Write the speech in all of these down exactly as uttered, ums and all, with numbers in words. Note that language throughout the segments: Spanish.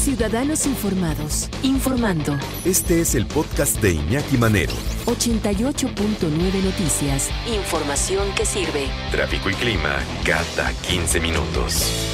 Ciudadanos informados, informando. Este es el podcast de Iñaki Manero. ochenta y ocho punto nueve Noticias. Información que sirve. Tráfico y clima cada quince minutos.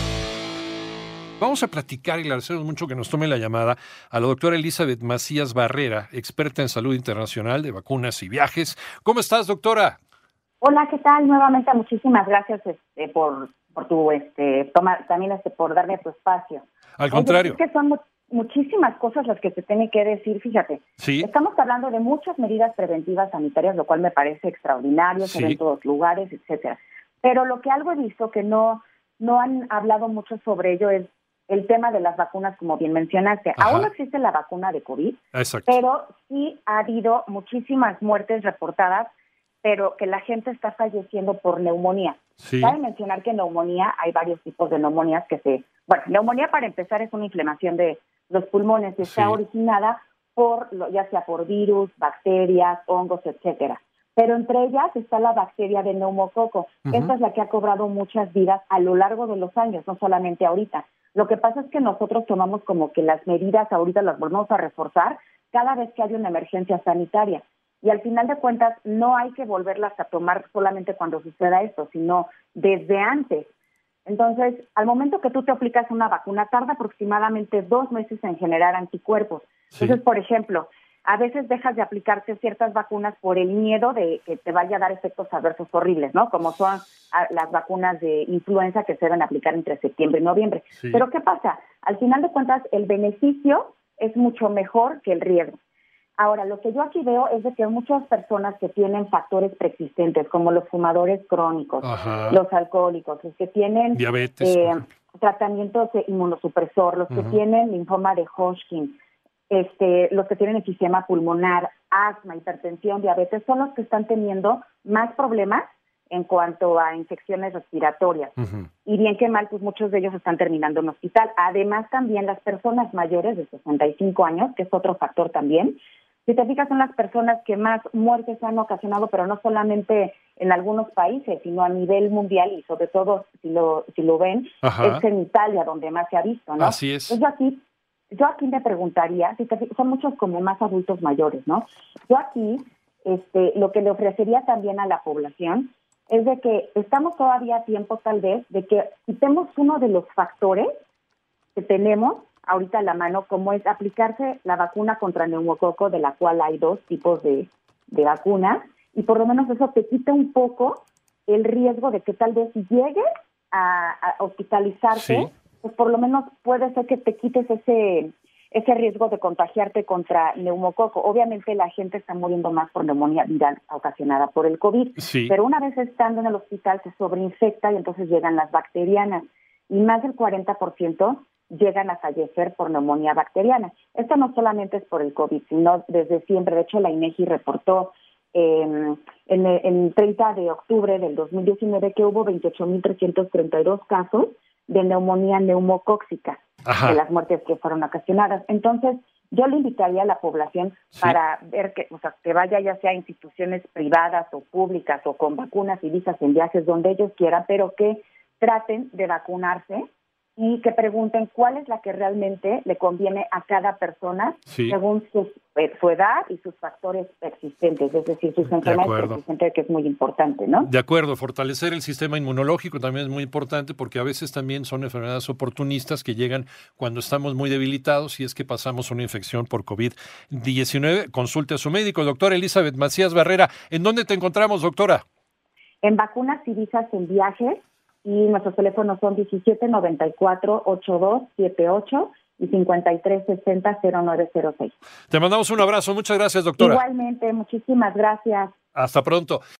Vamos a platicar y le agradecemos mucho que nos tome la llamada a la doctora Elizabeth Macías Barrera, experta en salud internacional de vacunas y viajes. ¿Cómo estás, doctora? Hola, ¿qué tal? Nuevamente muchísimas gracias este, por, por tu este, toma, también este, por darme tu espacio. Al contrario. Es que son mu- muchísimas cosas las que se tienen que decir, fíjate. Sí. Estamos hablando de muchas medidas preventivas sanitarias, lo cual me parece extraordinario, se Sí. ve en todos lugares, etcétera. Pero lo que algo he visto que no, no han hablado mucho sobre ello es el tema de las vacunas, como bien mencionaste. Ajá. Aún no existe la vacuna de COVID, Exacto. pero sí ha habido muchísimas muertes reportadas, pero que la gente está falleciendo por neumonía. Sí. Cabe mencionar que neumonía, hay varios tipos de neumonías que se... Bueno, neumonía para empezar es una inflamación de los pulmones y está Sí. originada por, lo- ya sea por virus, bacterias, hongos, etcétera. Pero entre ellas está la bacteria de neumococo. Ujú. Esta es la que ha cobrado muchas vidas a lo largo de los años, no solamente ahorita. Lo que pasa es que nosotros tomamos como que las medidas ahorita las volvemos a reforzar cada vez que hay una emergencia sanitaria. Y al final de cuentas no hay que volverlas a tomar solamente cuando suceda esto, sino desde antes. Entonces, al momento que tú te aplicas una vacuna, tarda aproximadamente dos meses en generar anticuerpos. Sí. Entonces, por ejemplo, a veces dejas de aplicarte ciertas vacunas por el miedo de que te vaya a dar efectos adversos horribles, ¿no? Como son ah, las vacunas de influenza que se deben aplicar entre septiembre y noviembre. Sí. Pero ¿qué pasa? Al final de cuentas, el beneficio es mucho mejor que el riesgo. Ahora, lo que yo aquí veo es de que hay muchas personas que tienen factores preexistentes, como los fumadores crónicos, Ajá. los alcohólicos, los que tienen Diabetes, eh, por ejemplo. tratamientos de inmunosupresor, los que Ujú. tienen linfoma de Hodgkin, este, los que tienen enfisema pulmonar, asma, hipertensión, diabetes, son los que están teniendo más problemas en cuanto a infecciones respiratorias. Ujú. Y bien que mal, pues muchos de ellos están terminando en hospital. Además, también las personas mayores de sesenta y cinco años, que es otro factor también. Si te fijas, son las personas que más muertes han ocasionado, pero no solamente en algunos países, sino a nivel mundial y sobre todo, si lo si lo ven, Ajá. es en Italia donde más se ha visto, ¿no? Así es. Entonces, yo aquí, yo aquí me preguntaría, si te fijas, son muchos como más adultos mayores, ¿no? Yo aquí, este, lo que le ofrecería también a la población es de que estamos todavía a tiempo tal vez de que quitemos uno de los factores que tenemos ahorita a la mano, como es aplicarse la vacuna contra neumococo, de la cual hay dos tipos de, de vacunas, y por lo menos eso te quita un poco el riesgo de que tal vez si llegues a, a hospitalizarte, Sí. pues por lo menos puede ser que te quites ese ese riesgo de contagiarte contra neumococo. Obviamente la gente está muriendo más por neumonía viral ocasionada por el COVID, Sí. pero una vez estando en el hospital se sobreinfecta y entonces llegan las bacterianas, y más del cuarenta por ciento llegan a fallecer por neumonía bacteriana. Esto no solamente es por el COVID, sino desde siempre. De hecho, la INEGI reportó eh, en el treinta de octubre del dos mil diecinueve que hubo veintiocho mil trescientos treinta y dos casos de neumonía neumocóxica, Ajá. de las muertes que fueron ocasionadas. Entonces, yo le invitaría a la población Sí. para ver que, o sea, que vaya ya sea a instituciones privadas o públicas o con vacunas y visas en viajes donde ellos quieran, pero que traten de vacunarse y que pregunten cuál es la que realmente le conviene a cada persona Sí. según sus, eh, su edad y sus factores persistentes, es decir, sus enfermedades acuerdo. persistentes, que es muy importante, ¿no? De acuerdo, fortalecer el sistema inmunológico también es muy importante porque a veces también son enfermedades oportunistas que llegan cuando estamos muy debilitados y es que pasamos una infección por COVID diecinueve. Consulte a su médico, doctora Elizabeth Macías Barrera. ¿En dónde te encontramos, doctora? En vacunas y visas en viajes, y nuestros teléfonos son diecisiete noventa y cuatro ochenta y dos setenta y ocho y cincuenta y tres sesenta cero nueve cero seis. Te mandamos un abrazo. Muchas gracias, doctora. Igualmente, muchísimas gracias. Hasta pronto.